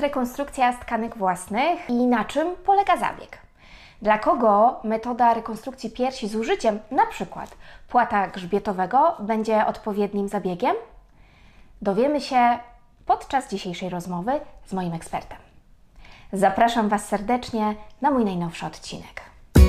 rekonstrukcja z tkanek własnych i na czym polega zabieg? Dla kogo metoda rekonstrukcji piersi z użyciem np. płata grzbietowego będzie odpowiednim zabiegiem? Dowiemy się podczas dzisiejszej rozmowy z moim ekspertem. Zapraszam Was serdecznie na mój najnowszy odcinek.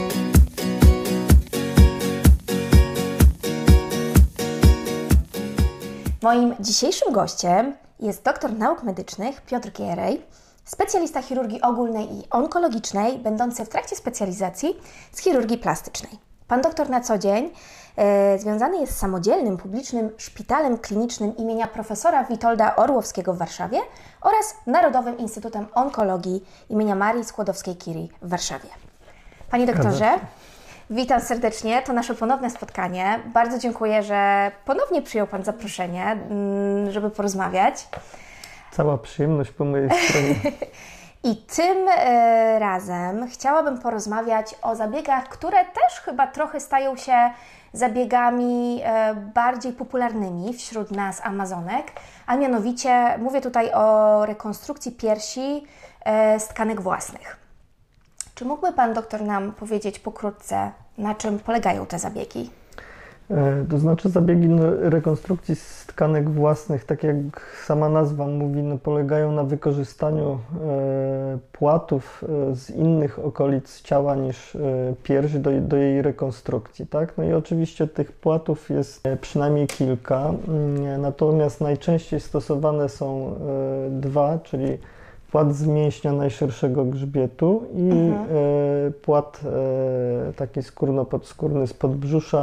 Moim dzisiejszym gościem jest doktor nauk medycznych Piotr Gierej, specjalista chirurgii ogólnej i onkologicznej, będący w trakcie specjalizacji z chirurgii plastycznej. Pan doktor na co dzień związany jest z samodzielnym, publicznym szpitalem klinicznym imienia profesora Witolda Orłowskiego w Warszawie oraz Narodowym Instytutem Onkologii imienia Marii Skłodowskiej-Curie w Warszawie. Panie doktorze, witam serdecznie, to nasze ponowne spotkanie. Bardzo dziękuję, że ponownie przyjął Pan zaproszenie, żeby porozmawiać. Cała przyjemność po mojej stronie. I tym razem chciałabym porozmawiać o zabiegach, które też chyba trochę stają się zabiegami bardziej popularnymi wśród nas Amazonek, a mianowicie mówię tutaj o rekonstrukcji piersi z tkanek własnych. Czy mógłby Pan doktor nam powiedzieć pokrótce, na czym polegają te zabiegi? To znaczy zabiegi rekonstrukcji z tkanek własnych, tak jak sama nazwa mówi, polegają na wykorzystaniu płatów z innych okolic ciała niż pierś do jej rekonstrukcji. Tak? No i oczywiście tych płatów jest przynajmniej kilka, natomiast najczęściej stosowane są dwa, czyli płat z mięśnia najszerszego grzbietu i płat taki skórno-podskórny z podbrzusza,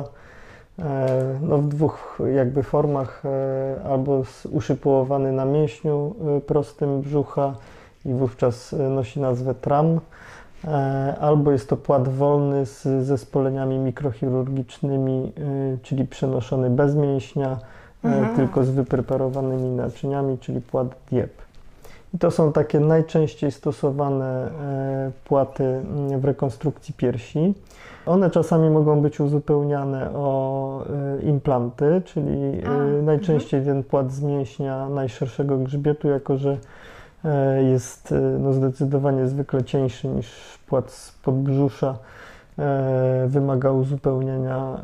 w dwóch jakby formach, albo uszypułowany na mięśniu prostym brzucha i wówczas nosi nazwę TRAM, albo jest to płat wolny z zespoleniami mikrochirurgicznymi, czyli przenoszony bez mięśnia, tylko z wypreparowanymi naczyniami, czyli płat DIEP. I to są takie najczęściej stosowane płaty w rekonstrukcji piersi. One czasami mogą być uzupełniane o implanty, czyli najczęściej ten płat z mięśnia najszerszego grzbietu, jako że jest zdecydowanie zwykle cieńszy niż płat z podbrzusza, wymaga uzupełnienia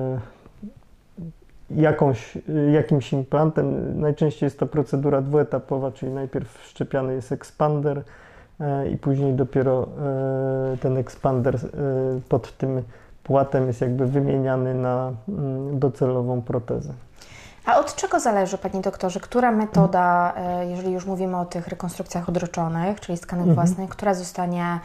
jakimś implantem. Najczęściej jest to procedura dwuetapowa, czyli najpierw wszczepiany jest ekspander i później dopiero ten ekspander pod tym płatem jest jakby wymieniany na docelową protezę. A od czego zależy, Panie doktorze, która metoda, jeżeli już mówimy o tych rekonstrukcjach odroczonych, czyli z tkanek własnych, która zostanie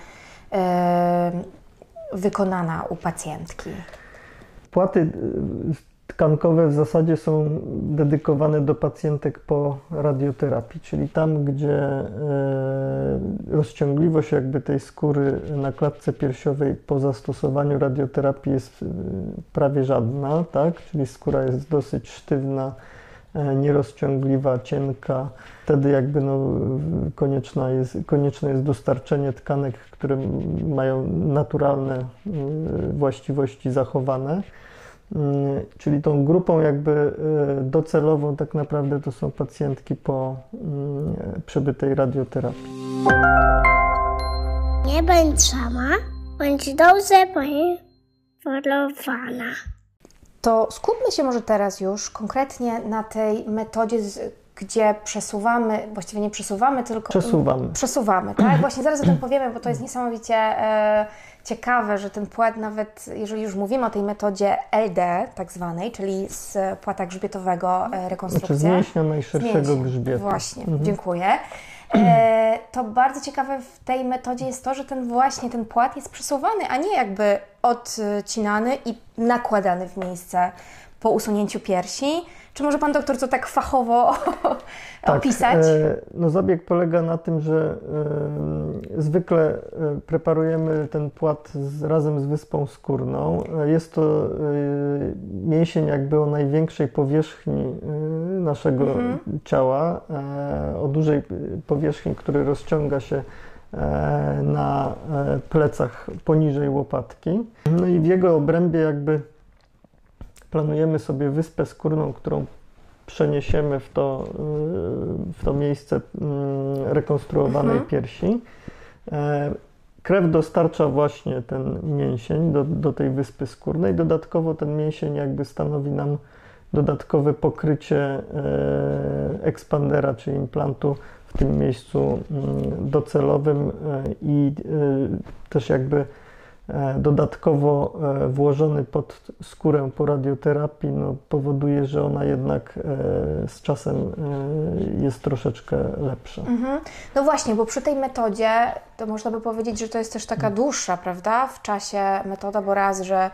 wykonana u pacjentki? Płaty tkankowe w zasadzie są dedykowane do pacjentek po radioterapii, czyli tam, gdzie rozciągliwość jakby tej skóry na klatce piersiowej po zastosowaniu radioterapii jest prawie żadna, tak? Czyli skóra jest dosyć sztywna, nierozciągliwa, cienka. Wtedy jakby konieczne jest dostarczenie tkanek, które mają naturalne właściwości zachowane. Czyli tą grupą jakby docelową tak naprawdę to są pacjentki po przebytej radioterapii. Nie bądź sama, bądź dobrze poinformowana. To skupmy się może teraz już konkretnie na tej metodzie, gdzie przesuwamy, właściwie nie przesuwamy, tylko przesuwamy, tak? Właśnie zaraz o tym powiemy, bo to jest niesamowicie ciekawe, że ten płat nawet, jeżeli już mówimy o tej metodzie LD tak zwanej, czyli z płata grzbietowego rekonstrukcja. Znaczy z mięśnia najszerszego grzbietu. Właśnie, dziękuję. To bardzo ciekawe w tej metodzie jest to, że ten płat jest przesuwany, a nie jakby odcinany i nakładany w po usunięciu piersi. Czy może Pan doktor to tak fachowo opisać? Zabieg polega na tym, że zwykle preparujemy ten płat razem z wyspą skórną. Jest to mięsień jakby o największej powierzchni naszego ciała, o dużej powierzchni, który rozciąga się na plecach poniżej łopatki. No i w jego obrębie jakby planujemy sobie wyspę skórną, którą przeniesiemy w to miejsce rekonstruowanej piersi. Krew dostarcza właśnie ten mięsień do tej wyspy skórnej. Dodatkowo ten mięsień jakby stanowi nam dodatkowe pokrycie ekspandera, czyli implantu w tym miejscu docelowym i też jakby dodatkowo włożony pod skórę po radioterapii powoduje, że ona jednak z czasem jest troszeczkę lepsza. No właśnie, bo przy tej metodzie to można by powiedzieć, że to jest też taka dłuższa, prawda, w czasie metoda, bo raz, że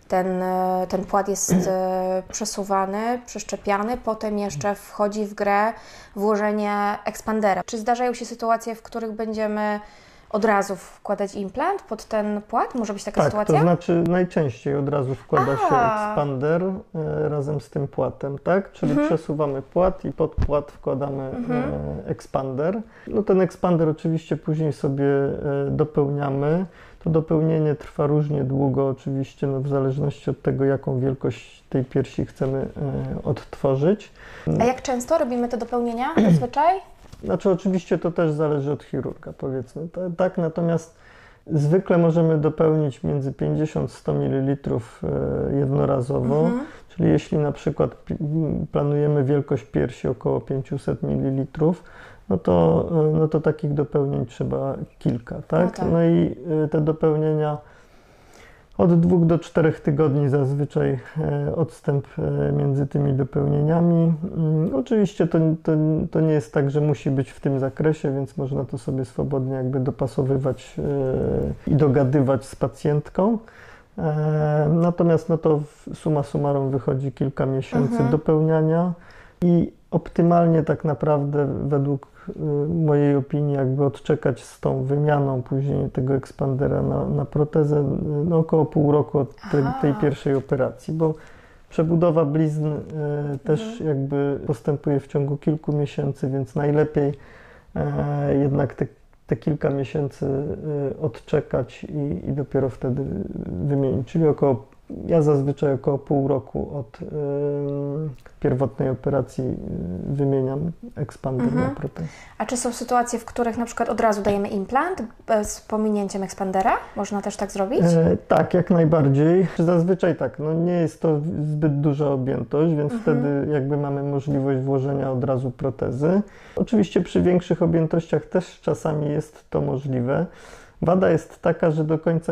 ten płat jest przesuwany, przeszczepiany, potem jeszcze wchodzi w grę włożenie ekspandera. Czy zdarzają się sytuacje, w których będziemy od razu wkładać implant pod ten płat? Może być taka sytuacja? Tak, to znaczy najczęściej od razu wkłada się ekspander razem z tym płatem, tak? Czyli przesuwamy płat i pod płat wkładamy ekspander. No ten ekspander oczywiście później sobie dopełniamy. To dopełnienie trwa różnie długo, oczywiście, w zależności od tego, jaką wielkość tej piersi chcemy odtworzyć. A jak często robimy te dopełnienia zazwyczaj? Znaczy oczywiście to też zależy od chirurga, powiedzmy. Tak, natomiast zwykle możemy dopełnić między 50-100 ml jednorazowo, czyli jeśli na przykład planujemy wielkość piersi około 500 ml, no to takich dopełnień trzeba kilka, tak? No i te dopełnienia od 2 do 4 tygodni zazwyczaj odstęp między tymi dopełnieniami. Oczywiście to nie jest tak, że musi być w tym zakresie, więc można to sobie swobodnie jakby dopasowywać i dogadywać z pacjentką. Natomiast to summa summarum wychodzi kilka miesięcy dopełniania i optymalnie tak naprawdę według mojej opinii jakby odczekać z tą wymianą później tego ekspandera na protezę około pół roku od tej pierwszej operacji, bo przebudowa blizn też jakby postępuje w ciągu kilku miesięcy, więc najlepiej jednak te kilka miesięcy odczekać i dopiero wtedy wymienić, czyli ja zazwyczaj około pół roku od pierwotnej operacji wymieniam ekspander na protezę. A czy są sytuacje, w których na przykład od razu dajemy implant z pominięciem ekspandera? Można też tak zrobić? Tak, jak najbardziej. Zazwyczaj tak, nie jest to zbyt duża objętość, więc wtedy jakby mamy możliwość włożenia od razu protezy. Oczywiście przy większych objętościach też czasami jest to możliwe. Wada jest taka, że do końca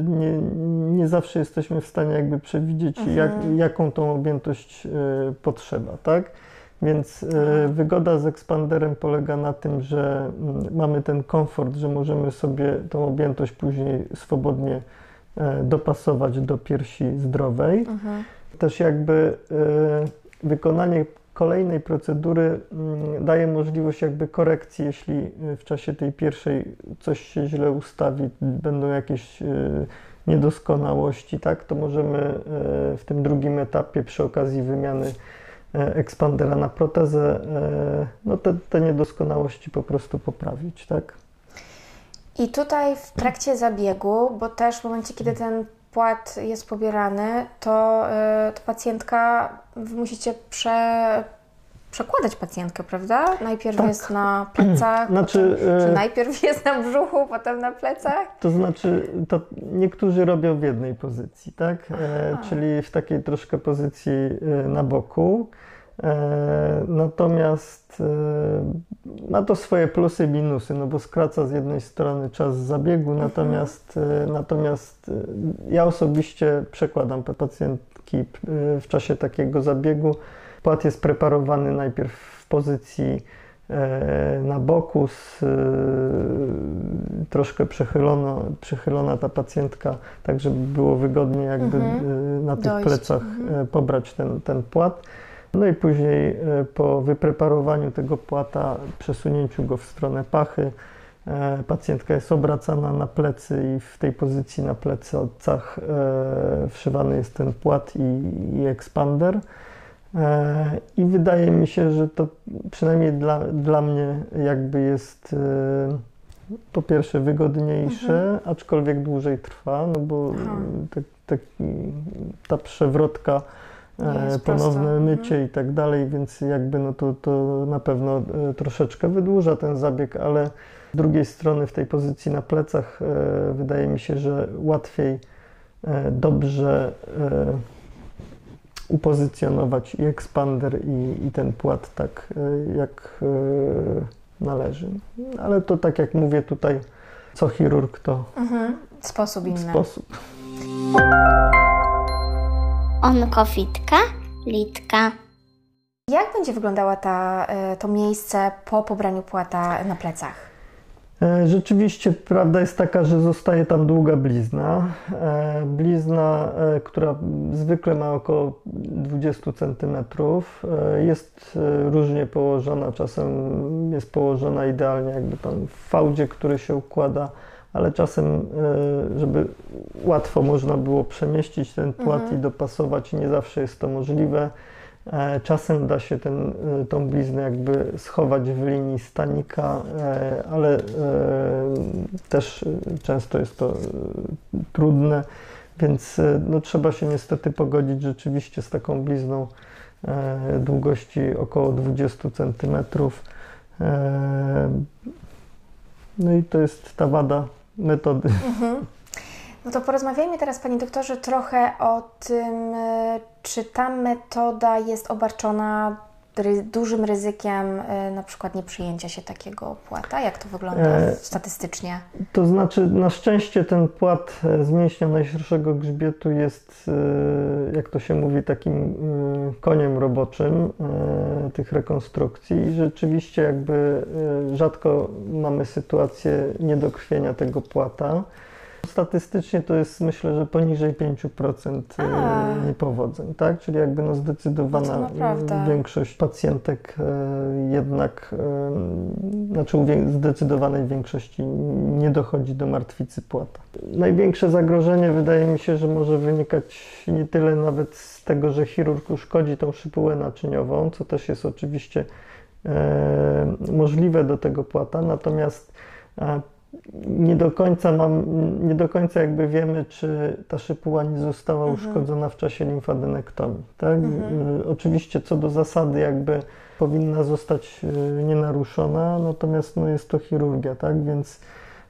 nie zawsze jesteśmy w stanie jakby przewidzieć, jaką tą objętość potrzeba, tak? Więc wygoda z ekspanderem polega na tym, że mamy ten komfort, że możemy sobie tą objętość później swobodnie dopasować do piersi zdrowej. Też jakby wykonanie kolejnej procedury daje możliwość jakby korekcji, jeśli w czasie tej pierwszej coś się źle ustawi, będą jakieś niedoskonałości, tak, to możemy w tym drugim etapie przy okazji wymiany ekspandera na protezę te niedoskonałości po prostu poprawić, tak. I tutaj w trakcie zabiegu, bo też w momencie, kiedy ten płat jest pobierany, to pacjentka, wy musicie przekładać pacjentkę, prawda? Najpierw jest na plecach, czy najpierw jest na brzuchu, potem na plecach? To znaczy, niektórzy robią w jednej pozycji, tak? Czyli w takiej troszkę pozycji na boku. Natomiast ma to swoje plusy i minusy, bo skraca z jednej strony czas zabiegu, natomiast ja osobiście przekładam pacjentki w czasie takiego zabiegu. Płat jest preparowany najpierw w pozycji na boku, troszkę przechylona ta pacjentka, tak żeby było wygodnie jakby na tych plecach pobrać ten płat. No i później po wypreparowaniu tego płata, przesunięciu go w stronę pachy, pacjentka jest obracana na plecy i w tej pozycji na plecach wszywany jest ten płat i ekspander. I wydaje mi się, że to przynajmniej dla mnie jakby jest po pierwsze wygodniejsze, aczkolwiek dłużej trwa, bo ta przewrotka ponowne mycie i tak dalej, więc jakby no to na pewno troszeczkę wydłuża ten zabieg, ale z drugiej strony w tej pozycji na plecach wydaje mi się, że łatwiej dobrze upozycjonować i ekspander i ten płat tak jak należy. Ale to tak jak mówię tutaj, co chirurg to Sposób inny. sposób. Onkofitka, litka. Jak będzie wyglądała to miejsce po pobraniu płata na plecach? Rzeczywiście prawda jest taka, że zostaje tam długa blizna. Blizna, która zwykle ma około 20 cm. Jest różnie położona, czasem jest położona idealnie jakby tam w fałdzie, który się układa, ale czasem, żeby łatwo można było przemieścić ten płat i dopasować, nie zawsze jest to możliwe. Czasem da się tą bliznę jakby schować w linii stanika, ale też często jest to trudne, więc no, trzeba się niestety pogodzić rzeczywiście z taką blizną długości około 20 cm. No i to jest ta wada metody. No to porozmawiajmy teraz, Panie doktorze, trochę o tym, czy ta metoda jest obarczona dużym ryzykiem na przykład nieprzyjęcia się takiego płata? Jak to wygląda statystycznie? To znaczy, na szczęście ten płat z mięśnia najszerszego grzbietu jest, jak to się mówi, takim koniem roboczym tych rekonstrukcji i rzeczywiście jakby rzadko mamy sytuację niedokrwienia tego płata. Statystycznie to jest, myślę, że poniżej 5% niepowodzeń, tak? Czyli jakby no zdecydowana większość pacjentek jednak, znaczy u zdecydowanej większości nie dochodzi do martwicy płata. Największe zagrożenie wydaje mi się, że może wynikać nie tyle nawet z tego, że chirurg uszkodzi tą szypułę naczyniową, co też jest oczywiście możliwe do tego płata, natomiast nie do końca jakby wiemy, czy ta szypuła nie została uszkodzona w czasie limfadenektomii. Tak? Oczywiście co do zasady jakby powinna zostać nienaruszona, natomiast no jest to chirurgia, tak? Więc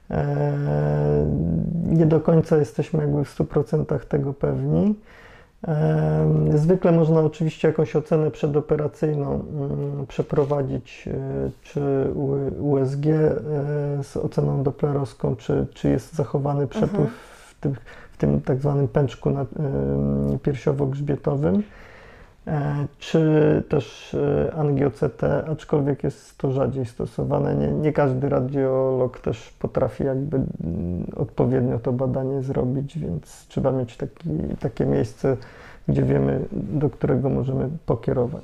nie do końca jesteśmy jakby w 100% tego pewni. Zwykle można oczywiście jakąś ocenę przedoperacyjną przeprowadzić, czy USG z oceną doplerowską, czy jest zachowany przepływ w tym tak zwanym pęczku piersiowo-grzbietowym, czy też angio-CT, aczkolwiek jest to rzadziej stosowane. Nie każdy radiolog też potrafi jakby odpowiednio to badanie zrobić, więc trzeba mieć takie miejsce, gdzie wiemy, do którego możemy pokierować.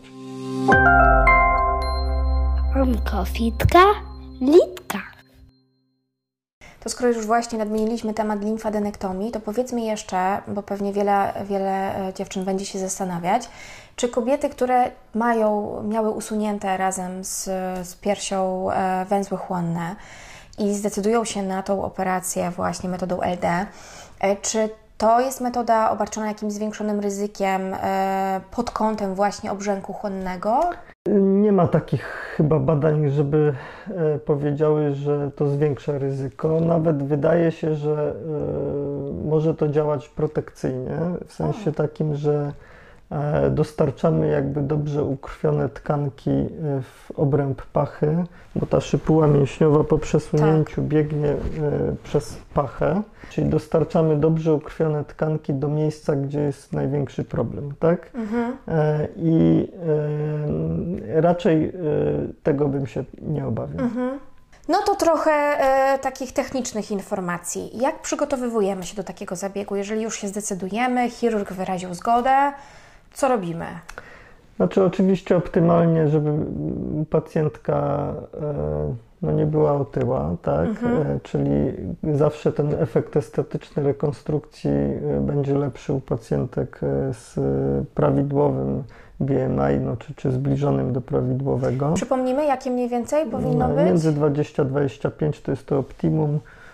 Onkofitka, litka. To skoro już właśnie nadmieniliśmy temat limfadenektomii, to powiedzmy jeszcze, bo pewnie wiele dziewczyn będzie się zastanawiać, czy kobiety, które miały usunięte razem z piersią węzły chłonne i zdecydują się na tą operację właśnie metodą LD, czy to jest metoda obarczona jakimś zwiększonym ryzykiem pod kątem właśnie obrzęku chłonnego? Nie ma takich chyba badań, żeby powiedziały, że to zwiększa ryzyko. Nawet wydaje się, że może to działać protekcyjnie, w sensie takim, że dostarczamy jakby dobrze ukrwione tkanki w obręb pachy, bo ta szypuła mięśniowa po przesunięciu biegnie przez pachę, czyli dostarczamy dobrze ukrwione tkanki do miejsca, gdzie jest największy problem, tak? I raczej tego bym się nie obawiał. No to trochę takich technicznych informacji. Jak przygotowujemy się do takiego zabiegu? Jeżeli już się zdecydujemy, chirurg wyraził zgodę, co robimy? Znaczy oczywiście optymalnie, żeby pacjentka nie była otyła, tak? Czyli zawsze ten efekt estetyczny rekonstrukcji będzie lepszy u pacjentek z prawidłowym BMI, czy zbliżonym do prawidłowego. Przypomnijmy, jakie mniej więcej powinno być? Między 20 a 25 to jest to optimum.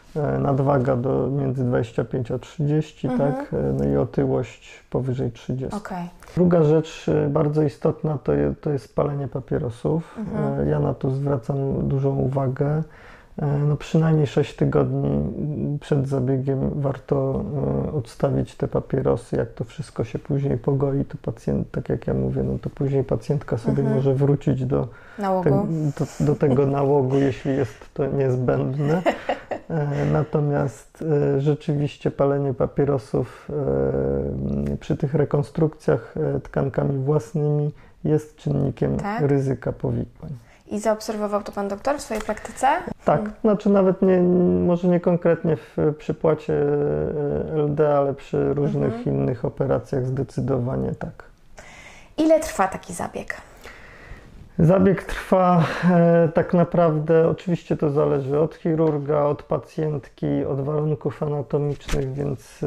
nadwaga między 25 a 30, tak? No i otyłość powyżej 30. Okej. Druga rzecz bardzo istotna to jest palenie papierosów. Ja na to zwracam dużą uwagę. No przynajmniej 6 tygodni przed zabiegiem warto odstawić te papierosy. Jak to wszystko się później pogoi, to pacjent, tak jak ja mówię, no to później pacjentka sobie może wrócić do tego nałogu, jeśli jest to niezbędne. Natomiast rzeczywiście palenie papierosów przy tych rekonstrukcjach tkankami własnymi jest czynnikiem ryzyka powikłań. I zaobserwował to pan doktor w swojej praktyce? Tak, znaczy nawet może nie konkretnie przy płacie LD, ale przy różnych innych operacjach zdecydowanie tak. Ile trwa taki zabieg? Zabieg trwa tak naprawdę, oczywiście to zależy od chirurga, od pacjentki, od warunków anatomicznych, więc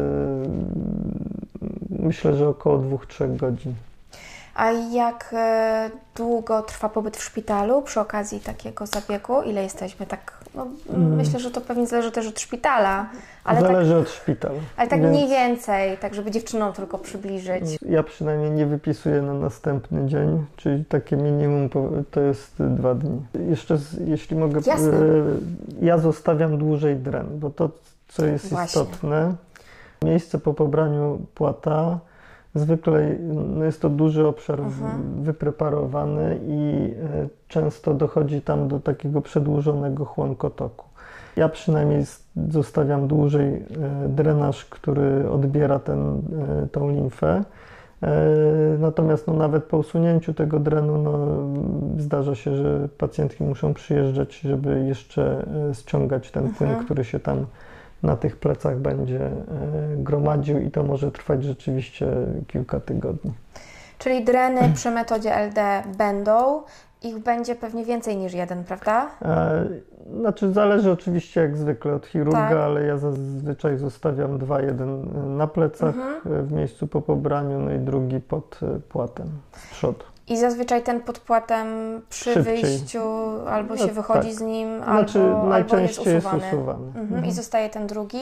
myślę, że około 2-3 godzin. A jak długo trwa pobyt w szpitalu przy okazji takiego zabiegu? Ile jesteśmy tak? No, myślę, że to pewnie zależy też od szpitala. Ale zależy od szpitala. Ale tak mniej więcej, tak żeby dziewczynom tylko przybliżyć. Ja przynajmniej nie wypisuję na następny dzień, czyli takie minimum to jest 2 dni. Jeszcze, jeśli mogę, ja zostawiam dłużej dren, bo to, co jest istotne, miejsce po pobraniu płata, zwykle jest to duży obszar wypreparowany i często dochodzi tam do takiego przedłużonego chłonkotoku. Ja przynajmniej zostawiam dłużej drenaż, który odbiera tą limfę. Natomiast nawet po usunięciu tego drenu zdarza się, że pacjentki muszą przyjeżdżać, żeby jeszcze ściągać ten płyn, który się tam na tych plecach będzie gromadził i to może trwać rzeczywiście kilka tygodni. Czyli dreny przy metodzie LD będą, ich będzie pewnie więcej niż jeden, prawda? Znaczy zależy oczywiście jak zwykle od chirurga, ale ja zazwyczaj zostawiam 2, jeden na plecach w miejscu po pobraniu, no i drugi pod płatem z przodu. I zazwyczaj ten pod płatem przy wyjściu albo się wychodzi z nim, najczęściej albo jest usuwany. I zostaje ten drugi.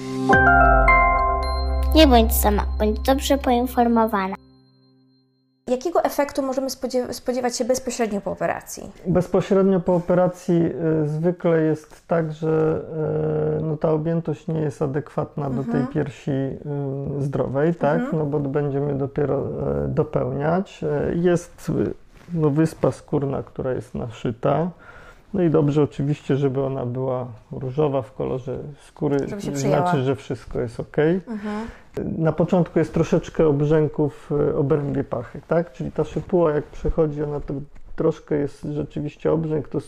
Nie bądź sama, bądź dobrze poinformowana. Jakiego efektu możemy spodziewać się bezpośrednio po operacji? Bezpośrednio po operacji zwykle jest tak, że ta objętość nie jest adekwatna do tej piersi zdrowej, tak? No bo będziemy dopiero dopełniać. Jest wyspa skórna, która jest naszyta. No i dobrze oczywiście, żeby ona była różowa w kolorze skóry, znaczy, że wszystko jest ok. Na początku jest troszeczkę obrzęków w obrębie pachy, tak? Czyli ta szypuła jak przechodzi, ona to troszkę jest rzeczywiście obrzęk, to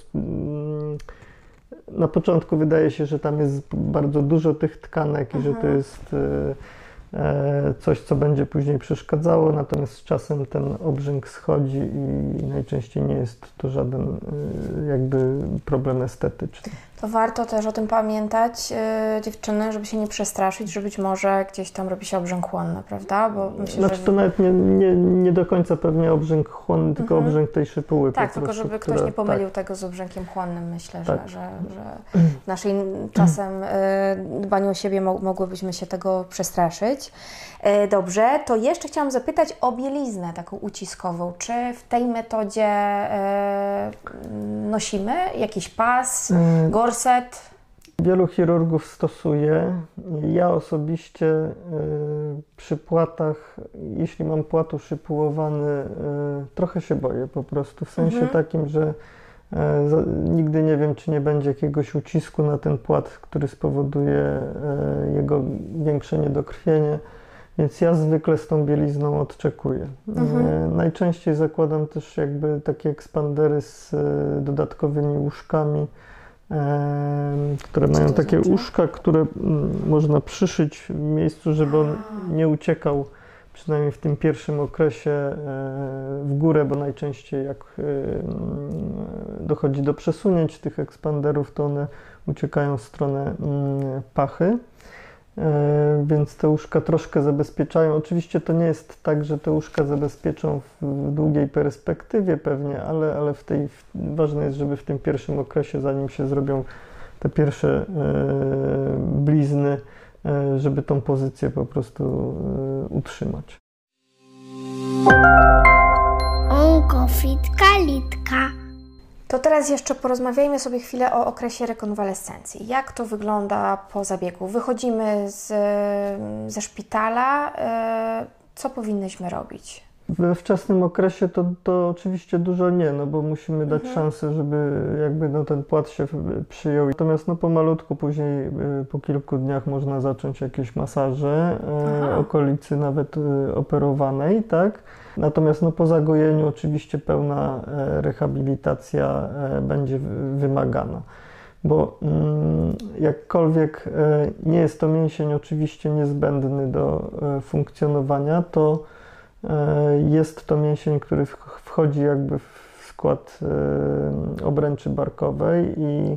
na początku wydaje się, że tam jest bardzo dużo tych tkanek i że to jest coś, co będzie później przeszkadzało, natomiast z czasem ten obrzęk schodzi i najczęściej nie jest to żaden jakby problem estetyczny. To warto też o tym pamiętać, dziewczyny, żeby się nie przestraszyć, że być może gdzieś tam robi się obrzęk chłonny, prawda? Bo myślę, że to nawet nie do końca pewnie obrzęk chłonny, tylko obrzęk tej szypuły. Tak, tylko żeby ktoś nie pomylił tego z obrzękiem chłonnym, myślę, że w naszej czasem dbaniu o siebie mogłybyśmy się tego przestraszyć. Dobrze, to jeszcze chciałam zapytać o bieliznę taką uciskową. Czy w tej metodzie nosimy jakiś pas, gorset? Wielu chirurgów stosuje. Ja osobiście przy płatach, jeśli mam płat uszypułowany, trochę się boję po prostu. W sensie takim, że nigdy nie wiem, czy nie będzie jakiegoś ucisku na ten płat, który spowoduje jego większe niedokrwienie. Więc ja zwykle z tą bielizną odczekuję. Najczęściej zakładam też jakby takie ekspandery z dodatkowymi łóżkami, które mają takie uszka, które można przyszyć w miejscu, żeby on nie uciekał, przynajmniej w tym pierwszym okresie, w górę, bo najczęściej jak dochodzi do przesunięć tych ekspanderów, to one uciekają w stronę pachy. Więc te łóżka troszkę zabezpieczają. Oczywiście to nie jest tak, że te łóżka zabezpieczą w długiej perspektywie pewnie, ale ważne jest, żeby w tym pierwszym okresie, zanim się zrobią te pierwsze blizny, żeby tą pozycję po prostu utrzymać. Onkofitka Litka. To teraz jeszcze porozmawiajmy sobie chwilę o okresie rekonwalescencji. Jak to wygląda po zabiegu? Wychodzimy ze szpitala. Co powinnyśmy robić? We wczesnym okresie to oczywiście dużo nie, no bo musimy dać szansę, żeby jakby ten płat się przyjął. Natomiast pomalutku później, po kilku dniach można zacząć jakieś masaże okolicy nawet operowanej, tak? Natomiast po zagojeniu oczywiście pełna rehabilitacja będzie wymagana. Bo jakkolwiek nie jest to mięsień oczywiście niezbędny do funkcjonowania, to jest to mięsień, który wchodzi jakby w skład obręczy barkowej i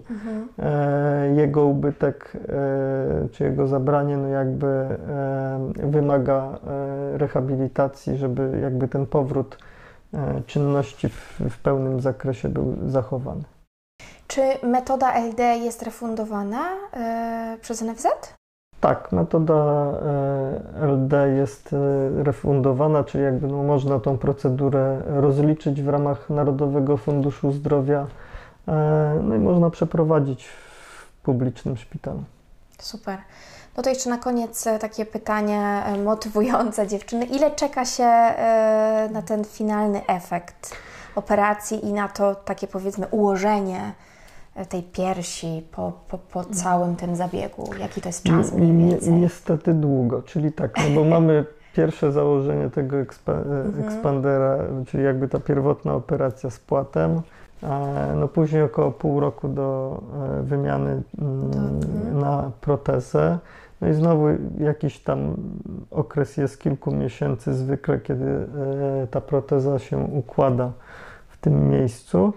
jego ubytek czy jego zabranie jakby wymaga rehabilitacji, żeby jakby ten powrót czynności w pełnym zakresie był zachowany. Czy metoda LD jest refundowana przez NFZ? Tak, metoda LD jest refundowana, czyli jakby można tą procedurę rozliczyć w ramach Narodowego Funduszu Zdrowia, no i można przeprowadzić w publicznym szpitalu. Super. No to jeszcze na koniec takie pytanie motywujące dziewczyny. Ile czeka się na ten finalny efekt operacji i na to takie powiedzmy ułożenie tej piersi po całym tym zabiegu? Jaki to jest czas mniej więcej? Niestety długo, czyli tak, bo mamy pierwsze założenie tego ekspandera, czyli jakby ta pierwotna operacja z płatem, później około pół roku do wymiany na protezę. No i znowu jakiś tam okres jest kilku miesięcy zwykle, kiedy ta proteza się układa w tym miejscu.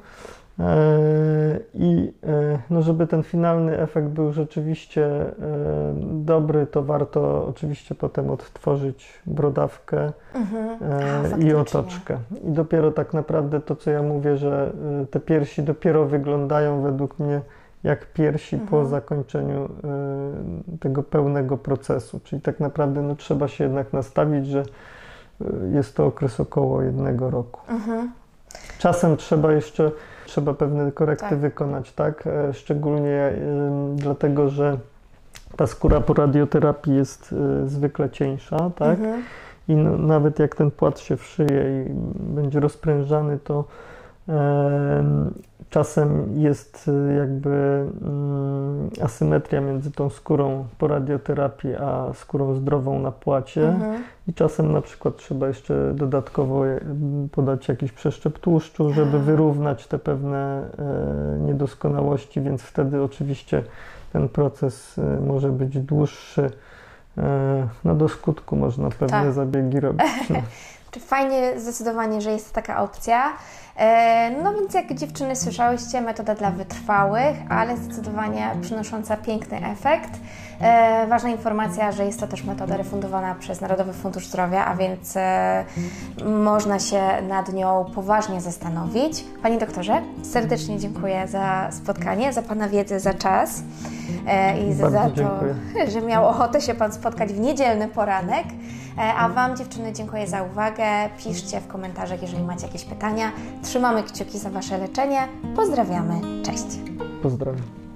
I żeby ten finalny efekt był rzeczywiście dobry, to warto oczywiście potem odtworzyć brodawkę i otoczkę. I dopiero tak naprawdę to, co ja mówię, że te piersi dopiero wyglądają według mnie jak piersi po zakończeniu tego pełnego procesu. Czyli tak naprawdę trzeba się jednak nastawić, że jest to okres około 1 roku. Czasem trzeba pewne korekty wykonać, tak? Szczególnie dlatego, że ta skóra po radioterapii jest zwykle cieńsza, tak? I nawet jak ten płat się wszyje i będzie rozprężany, to czasem jest jakby asymetria między tą skórą po radioterapii a skórą zdrową na płacie i czasem na przykład trzeba jeszcze dodatkowo podać jakiś przeszczep tłuszczu, żeby wyrównać te pewne niedoskonałości, więc wtedy oczywiście ten proces może być dłuższy. Do skutku można pewne zabiegi robić. Czy fajnie zdecydowanie, że jest taka opcja. No więc jak dziewczyny słyszałyście, metoda dla wytrwałych, ale zdecydowanie przynosząca piękny efekt. Ważna informacja, że jest to też metoda refundowana przez Narodowy Fundusz Zdrowia, a więc można się nad nią poważnie zastanowić. Panie doktorze, serdecznie dziękuję za spotkanie, za Pana wiedzę, za czas i za to, że miał ochotę się Pan spotkać w niedzielny poranek. A Wam, dziewczyny, dziękuję za uwagę. Piszcie w komentarzach, jeżeli macie jakieś pytania. Trzymamy kciuki za Wasze leczenie. Pozdrawiamy. Cześć. Pozdrawiam.